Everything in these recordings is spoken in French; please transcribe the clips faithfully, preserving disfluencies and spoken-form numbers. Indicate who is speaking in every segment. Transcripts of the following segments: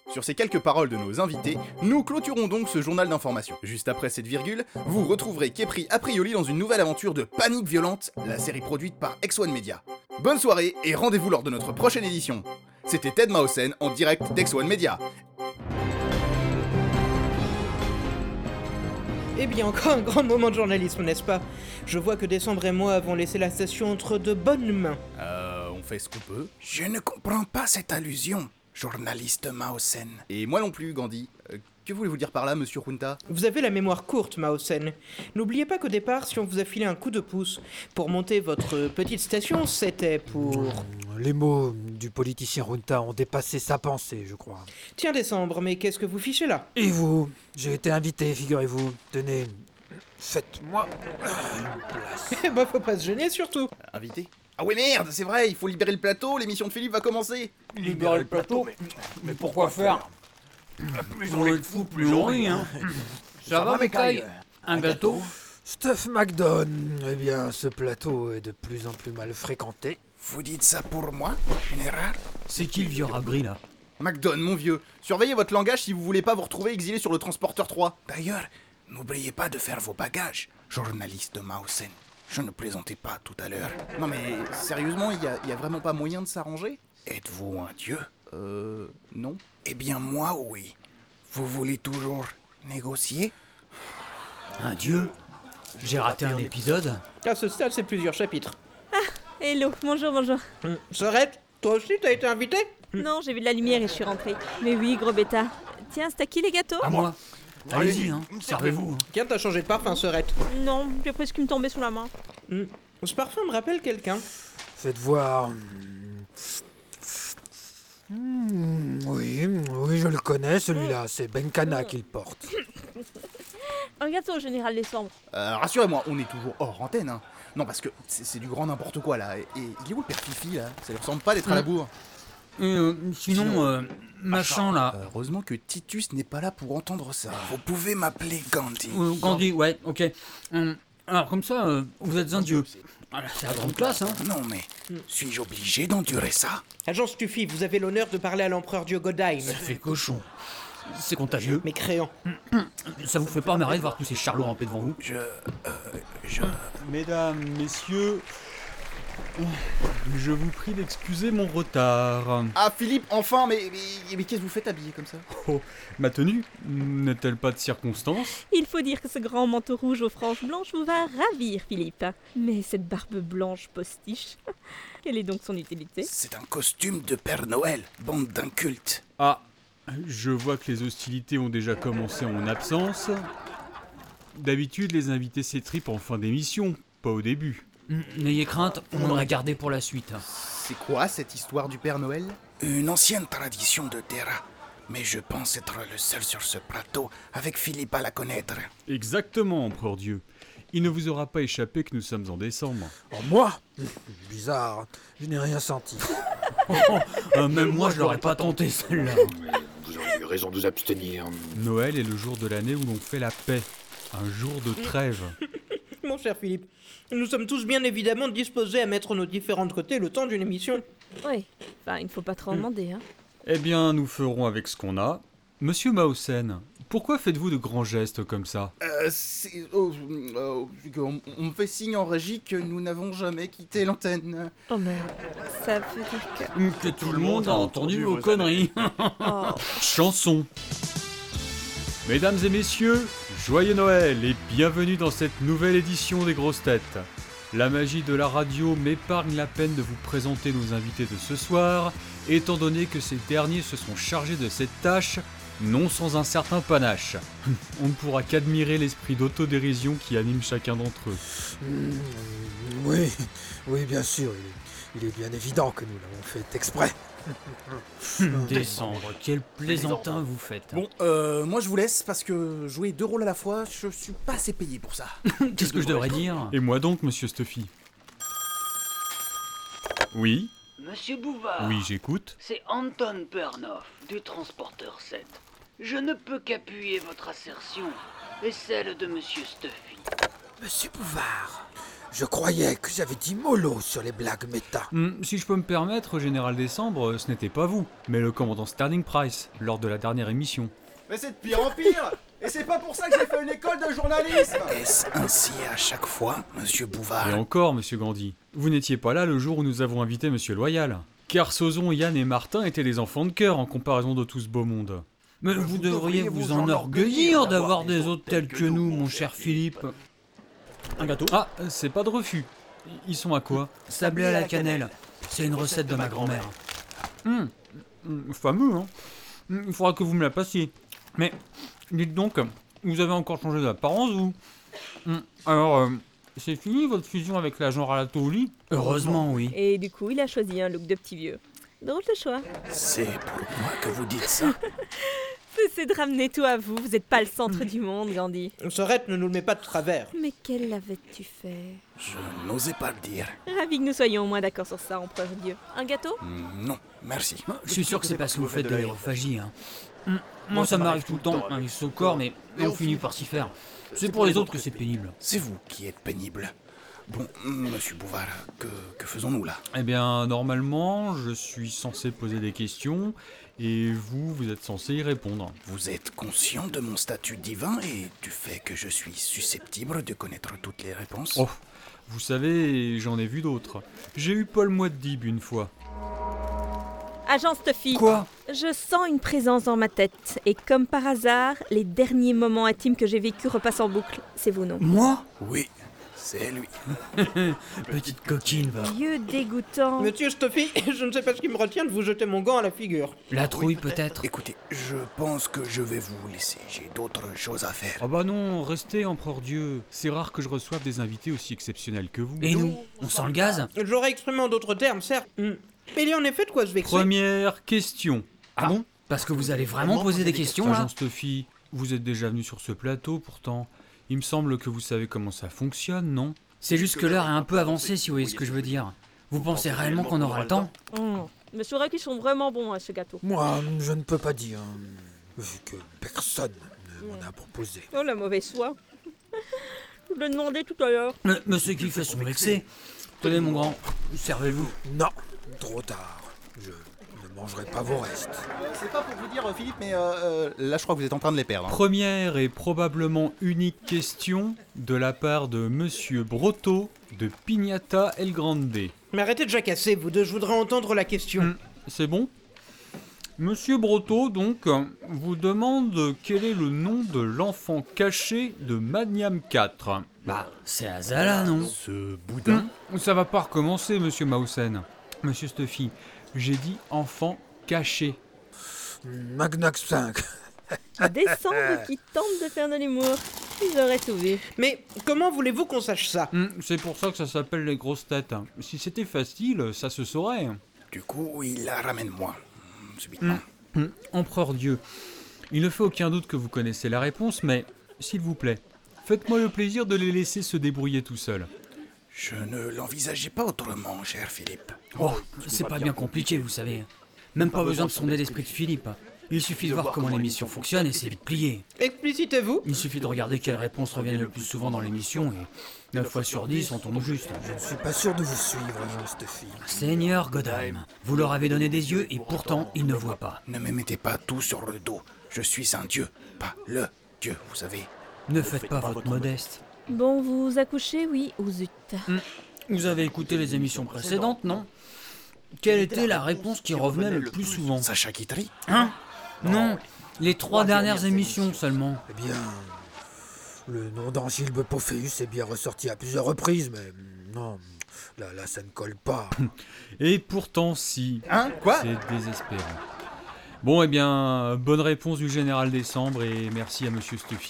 Speaker 1: Sur ces quelques paroles de nos invités, nous clôturons donc ce journal d'information. Juste après cette virgule, vous retrouverez Kepri Aprioli dans une nouvelle aventure de Panique Violente, la série produite par X un Media. Bonne soirée et rendez-vous lors de notre prochaine édition. C'était Ted Mausen en direct d'X un Media.
Speaker 2: Eh bien, encore un grand moment de journalisme, n'est-ce pas? Je vois que Décembre et moi avons laissé la station entre de bonnes mains.
Speaker 1: Euh, on fait ce qu'on peut.
Speaker 3: Je ne comprends pas cette allusion, journaliste Mausen.
Speaker 1: Et moi non plus, Gandhi. Euh, que voulez-vous dire par là, monsieur Junta?
Speaker 2: Vous avez la mémoire courte, Mausen. N'oubliez pas qu'au départ, si on vous a filé un coup de pouce pour monter votre petite station, c'était pour...
Speaker 4: Les mots du politicien Junta ont dépassé sa pensée, je crois.
Speaker 2: Tiens, Décembre, mais qu'est-ce que vous fichez là?
Speaker 4: Et vous? J'ai été invité, figurez-vous. Tenez, faites-moi une place.
Speaker 2: Eh bah, faut pas se gêner, surtout.
Speaker 1: Invité? Ah ouais merde, c'est vrai, il faut libérer le plateau, l'émission de Philippe va commencer.
Speaker 5: Libérer le plateau? Mais, mais pourquoi faire? Plus on est de fous, plus on rit, hein. Ça va, Mécaille? Un gâteau?
Speaker 4: Stuff McDon. Eh bien, ce plateau est de plus en plus mal fréquenté.
Speaker 3: Vous dites ça pour moi, général?
Speaker 5: C'est qui le vieux rabri, là?
Speaker 1: McDon, mon vieux, surveillez votre langage si vous voulez pas vous retrouver exilé sur le transporteur trois.
Speaker 3: D'ailleurs, n'oubliez pas de faire vos bagages, journaliste Mausen. Je ne plaisantais pas tout à l'heure.
Speaker 1: Non mais, sérieusement, il y a, y a vraiment pas moyen de s'arranger?
Speaker 3: Êtes-vous un dieu?
Speaker 1: Euh... non.
Speaker 3: Eh bien moi, oui. Vous voulez toujours négocier?
Speaker 5: Un dieu? J'ai raté un épisode?
Speaker 2: À ce stade, c'est plusieurs chapitres.
Speaker 6: Hello, bonjour, bonjour.
Speaker 2: Hum, Sorette, toi aussi, t'as été invité?
Speaker 6: Non, j'ai vu de la lumière et je suis rentrée. Mais oui, gros bêta. Tiens, c'est à qui les gâteaux?
Speaker 5: À moi. Allez-y, hein, servez-vous. hein.
Speaker 2: Tiens, t'as changé de parfum, Sorette.
Speaker 6: Non, j'ai presque me tomber sous la main.
Speaker 2: Hum, Ce parfum me rappelle quelqu'un.
Speaker 4: Faites voir. Hmm, oui, oui, je le connais, celui-là. C'est Benkana qui le porte.
Speaker 6: Un gâteau, général Décembre.
Speaker 1: Euh, rassurez-moi, on est toujours hors antenne, hein. Non, parce que c'est c'est du grand n'importe quoi, là. Et, et il est où le père Fifi, là? Ça lui ressemble pas d'être à la bourre.
Speaker 5: Euh, sinon,
Speaker 1: Sinon,
Speaker 5: euh, machin, là.
Speaker 1: Euh, heureusement que Titus n'est pas là pour entendre ça.
Speaker 3: Vous pouvez m'appeler Gandhi.
Speaker 5: Euh, Gandhi, ouais, ok. Hum, alors, comme ça, euh, vous êtes un dieu. Voilà, c'est la grande classe, hein.
Speaker 3: Non mais, suis-je obligé d'endurer ça?
Speaker 2: Agent Stuffy, vous avez l'honneur de parler à l'empereur Diogodine.
Speaker 5: Ça fait cochon. C'est contagieux.
Speaker 2: Mes créants.
Speaker 5: Ça vous fait pas marrer de voir tous ces charlots rampés devant vous?
Speaker 3: Je... Euh, je...
Speaker 7: Mesdames, messieurs, je vous prie d'excuser mon retard.
Speaker 1: Ah, Philippe, enfin, mais, mais, mais qu'est-ce que vous faites habillé comme ça?
Speaker 7: Oh, ma tenue n'est-elle pas de circonstance?
Speaker 6: Il faut dire que ce grand manteau rouge aux franges blanches vous va ravir, Philippe. Mais cette barbe blanche postiche, quelle est donc son utilité?
Speaker 3: C'est un costume de Père Noël, bande d'incultes.
Speaker 7: Ah, je vois que les hostilités ont déjà commencé en mon absence. D'habitude, les invités s'étripent en fin d'émission, pas au début.
Speaker 5: Hum, N'ayez crainte, on l'a gardé pour la suite.
Speaker 1: C'est quoi cette histoire du Père Noël?
Speaker 3: Une ancienne tradition de Terra. Mais je pense être le seul sur ce plateau avec Philippe à la connaître.
Speaker 7: Exactement, Empereur Dieu. Il ne vous aura pas échappé que nous sommes en décembre.
Speaker 4: Oh, moi? Bizarre, je n'ai rien senti.
Speaker 5: Euh, même moi, je l'aurais pas tenté, celle-là.
Speaker 8: Vous auriez eu raison de vous abstenir.
Speaker 7: Noël est le jour de l'année où l'on fait la paix. Un jour de trêve.
Speaker 2: Mon cher Philippe, nous sommes tous bien évidemment disposés à mettre nos différents côtés le temps d'une émission.
Speaker 6: Oui, enfin, il ne faut pas trop en demander, hein.
Speaker 7: Eh bien, nous ferons avec ce qu'on a. Monsieur Mausen, pourquoi faites-vous de grands gestes comme ça?
Speaker 1: Euh, c'est... Oh, euh, on, on me fait signe en régie que nous n'avons jamais quitté l'antenne.
Speaker 6: Oh merde, ça veut dire que...
Speaker 5: Hum, Que tout le monde a entendu vos conneries.
Speaker 6: Oh,
Speaker 7: Chanson. Mesdames et messieurs, joyeux Noël et bienvenue dans cette nouvelle édition des Grosses Têtes. La magie de la radio m'épargne la peine de vous présenter nos invités de ce soir, étant donné que ces derniers se sont chargés de cette tâche, non sans un certain panache. On ne pourra qu'admirer l'esprit d'autodérision qui anime chacun d'entre eux.
Speaker 4: Hmm, oui, oui, bien sûr, il est, il est bien évident que nous l'avons fait exprès.
Speaker 5: Décembre, quel plaisantin vous faites.
Speaker 1: Bon, euh, moi je vous laisse parce que jouer deux rôles à la fois, je suis pas assez payé pour ça.
Speaker 5: Qu'est-ce que je devrais dire?
Speaker 7: Et moi donc, monsieur Stuffy? Oui?
Speaker 9: Monsieur Bouvard,
Speaker 7: Oui, j'écoute.
Speaker 9: c'est Anton Pernoff du Transporteur sept. Je ne peux qu'appuyer votre assertion et celle de Monsieur Stuffy.
Speaker 4: Monsieur Bouvard, Je croyais que j'avais dit mollo sur les blagues méta.
Speaker 7: Hmm, si je peux me permettre, Général Décembre, ce n'était pas vous, mais le commandant Sterling Price, lors de la dernière émission.
Speaker 1: Mais c'est de pire en pire. Et c'est pas pour ça que j'ai fait une école de journalisme.
Speaker 3: Est-ce ainsi à chaque fois, monsieur Bouvard?
Speaker 7: Et encore, monsieur Gandhi, vous n'étiez pas là le jour où nous avons invité monsieur Loyal. Car Sozon, Yann et Martin étaient des enfants de cœur en comparaison de tout ce beau monde.
Speaker 5: Mais vous devriez vous enorgueillir d'avoir des hôtes tels que nous, mon cher Philippe. Un gâteau?
Speaker 7: Ah, c'est pas de refus. Ils sont à quoi?
Speaker 5: Sablé à la cannelle. C'est une recette de ma grand-mère.
Speaker 7: Hum, hum, fameux, hein. Il faudra que vous me la passiez. Mais, dites donc, vous avez encore changé d'apparence, vous? Hum, Alors, euh, c'est fini votre fusion avec l'agent Ralatouli?
Speaker 5: Heureusement, oui.
Speaker 6: Et du coup, il a choisi un look de petit vieux. Drôle de choix.
Speaker 3: C'est pour moi que vous dites ça.
Speaker 6: C'est de ramener tout à vous, vous n'êtes pas le centre du monde, Gandhi.
Speaker 2: Sorette ne nous le met pas de travers.
Speaker 6: Mais quel l'avais-tu fait?
Speaker 3: Je n'osais pas le dire.
Speaker 6: Ravi que nous soyons au moins d'accord sur ça, empereur Dieu. Un gâteau?
Speaker 3: Non, merci.
Speaker 5: Je suis sûr que c'est parce que vous faites de l'aérophagie. Hein. Hum, Moi, ça m'arrive tout le temps, un vice au corps, mais on finit par s'y faire. C'est pour les autres que c'est pénible.
Speaker 3: C'est vous qui êtes pénible. Bon, monsieur Bouvard, que, que faisons-nous là?
Speaker 7: Eh bien, normalement, je suis censé poser des questions, et vous, vous êtes censé y répondre.
Speaker 3: Vous êtes conscient de mon statut divin et du fait que je suis susceptible de connaître toutes les réponses?
Speaker 7: Oh, vous savez, j'en ai vu d'autres. J'ai eu Paul Moitdib une fois.
Speaker 6: Agent Stuffy.
Speaker 5: Quoi?
Speaker 6: Je sens une présence dans ma tête, et comme par hasard, les derniers moments intimes que j'ai vécus repassent en boucle. C'est vous, non?
Speaker 5: Moi?
Speaker 3: Oui, c'est lui.
Speaker 5: Petite coquine, va.
Speaker 6: Dieu dégoûtant.
Speaker 2: Monsieur Stuffy, je ne sais pas ce qui me retient de vous jeter mon gant à la figure.
Speaker 5: La trouille, peut-être?
Speaker 3: Écoutez, je pense que je vais vous laisser. J'ai d'autres choses à faire.
Speaker 7: Ah bah non, restez, empereur Dieu. C'est rare que je reçoive des invités aussi exceptionnels que vous.
Speaker 5: Et nous? On sent le gaz?
Speaker 2: J'aurais exprimé en d'autres termes, certes. Hmm. Mais il y a en effet de quoi se vexer.
Speaker 7: Première question.
Speaker 5: Ah bon? Parce que vous allez vraiment poser des questions, là?
Speaker 7: Agent Stuffy, vous êtes déjà venu sur ce plateau, pourtant. Il me semble que vous savez comment ça fonctionne, non?
Speaker 5: C'est juste que l'heure est un peu avancée, si vous voyez ce que je veux dire. Vous pensez réellement qu'on aura le temps?
Speaker 6: Oh. Mais c'est vrai qu'ils sont vraiment bons, hein, ce gâteau.
Speaker 4: Moi, je ne peux pas dire, vu que personne ne m'en a proposé.
Speaker 6: Oh, la mauvaise foi. Je l'ai demandé tout à l'heure.
Speaker 5: Mais, mais ceux qui fait sont vexés. Tenez, mon grand, servez-vous.
Speaker 4: Non, trop tard. Je ne mangerai pas vos restes.
Speaker 1: C'est pas pour vous dire, Philippe, mais euh, euh, là, je crois que vous êtes en train de les perdre. hein.
Speaker 7: Première et probablement unique question de la part de Monsieur Brotto de Pignata El Grande.
Speaker 2: Mais arrêtez de jacasser, vous deux, je voudrais entendre la question.
Speaker 7: Hum, c'est bon? Monsieur Brotto, donc, vous demande quel est le nom de l'enfant caché de Magnam quatre.
Speaker 5: Bah, c'est Azala, non?
Speaker 1: Ce boudin.
Speaker 7: Hum, ça va pas recommencer, monsieur Mausen. Monsieur Stuffy, j'ai dit enfant caché.
Speaker 4: Magnax cinq.
Speaker 6: Décembre qui tente de faire de l'humour. Ils auraient tout vu.
Speaker 2: Mais comment voulez-vous qu'on sache ça?
Speaker 7: Hum, c'est pour ça que ça s'appelle les grosses têtes. Si c'était facile, ça se saurait.
Speaker 3: Du coup, il la ramène moi, subitement.
Speaker 7: Hum, hum, Empereur Dieu, il ne fait aucun doute que vous connaissez la réponse, mais s'il vous plaît, faites-moi le plaisir de les laisser se débrouiller tout seuls.
Speaker 3: Je ne l'envisageais pas autrement, cher Philippe.
Speaker 5: Oh, c'est pas bien compliqué, vous savez. Même pas besoin de sonder l'esprit de Philippe. Il suffit de voir comment l'émission fonctionne et c'est vite plié.
Speaker 2: Explicitez-vous.
Speaker 5: Il suffit de regarder quelles réponses reviennent le plus souvent dans l'émission et neuf fois sur dix, on tombe juste.
Speaker 4: Je ne suis pas sûr de vous suivre, agent Stuffy.
Speaker 5: Seigneur Godheim, vous leur avez donné des yeux et pourtant ils ne voient pas.
Speaker 3: Ne me mettez pas tout sur le dos. Je suis un dieu, pas le dieu, vous savez.
Speaker 5: Ne faites pas votre modeste.
Speaker 6: Bon, vous accouchez, oui ou zut?
Speaker 5: Vous avez écouté les émissions précédentes, non? Quelle était la réponse qui revenait le plus souvent?
Speaker 3: Sacha Guitry?
Speaker 5: Hein? Non, les trois dernières émissions seulement.
Speaker 4: Eh bien, le nom d'Angilbe Pophéus est bien ressorti à plusieurs reprises, mais non, là, là ça ne colle pas.
Speaker 7: Et pourtant si.
Speaker 1: Hein? Quoi?
Speaker 7: C'est désespérant. Bon, eh bien, bonne réponse du général Décembre et merci à monsieur Stuffy.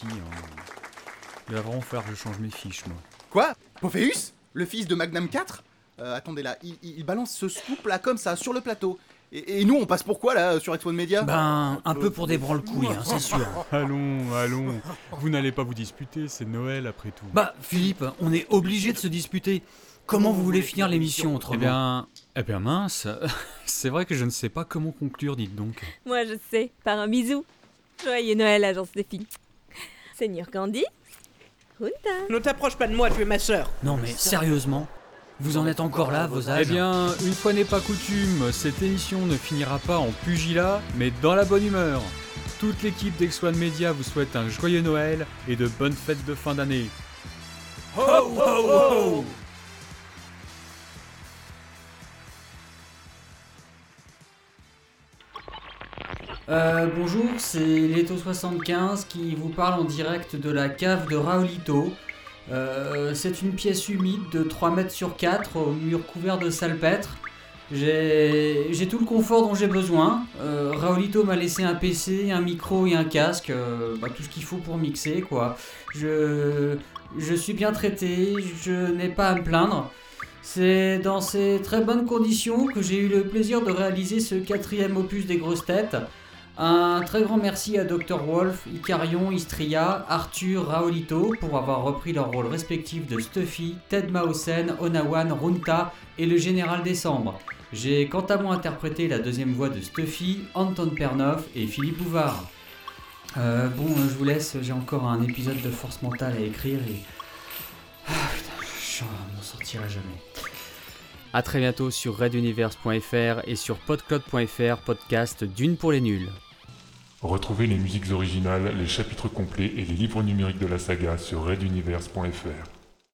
Speaker 7: Il va vraiment falloir que je change mes fiches, moi.
Speaker 1: Quoi? Pophéus? Le fils de Magnam quatre? euh, Attendez là, il, il balance ce scoop là comme ça sur le plateau. Et, et nous on passe pourquoi là sur X un Media?
Speaker 5: Ben, un peu pour des branle-couilles, hein, c'est sûr.
Speaker 7: Allons, allons. Vous n'allez pas vous disputer, c'est Noël après tout.
Speaker 5: Bah, Philippe, on est obligé de se disputer. Comment vous voulez finir l'émission autrement?
Speaker 7: Eh bien, eh bien mince, c'est vrai que je ne sais pas comment conclure, dites donc.
Speaker 6: Moi, je sais, par un bisou. Joyeux Noël, agence des filles. Seigneur Gandhi? Junta.
Speaker 2: Ne t'approche pas de moi, tu es ma sœur.
Speaker 5: Non mais sérieusement, vous en êtes encore là, vos âges?
Speaker 7: Eh bien, une fois n'est pas coutume, cette émission ne finira pas en pugilat, mais dans la bonne humeur. Toute l'équipe d'X one Media vous souhaite un joyeux Noël et de bonnes fêtes de fin d'année.
Speaker 5: Ho ho ho! Euh, bonjour, c'est Leto soixante-quinze qui vous parle en direct de la cave de Raolito. Euh, c'est une pièce humide de trois mètres sur quatre, au mur couvert de salpêtre. J'ai, j'ai tout le confort dont j'ai besoin. Euh, Raolito m'a laissé un P C, un micro et un casque, euh, bah, tout ce qu'il faut pour mixer, quoi. Je, je suis bien traité, je n'ai pas à me plaindre. C'est dans ces très bonnes conditions que j'ai eu le plaisir de réaliser ce quatrième opus des grosses têtes. Un très grand merci à docteur Wolf, Icarion, Istria, Arthur, Raolito pour avoir repris leurs rôles respectifs de Stuffy, Ted Mausen, Onawan, Runta et le Général Décembre. J'ai quant à moi interprété la deuxième voix de Stuffy, Anton Pernoff et Philippe Bouvard. Euh, bon, je vous laisse, j'ai encore un épisode de Force Mentale à écrire et... Ah putain, je m'en sortirai jamais.
Speaker 7: A très bientôt sur red universe point f r et sur podcloud point f r, podcast d'une pour les nuls.
Speaker 10: Retrouvez les musiques originales, les chapitres complets et les livres numériques de la saga sur red universe point f r.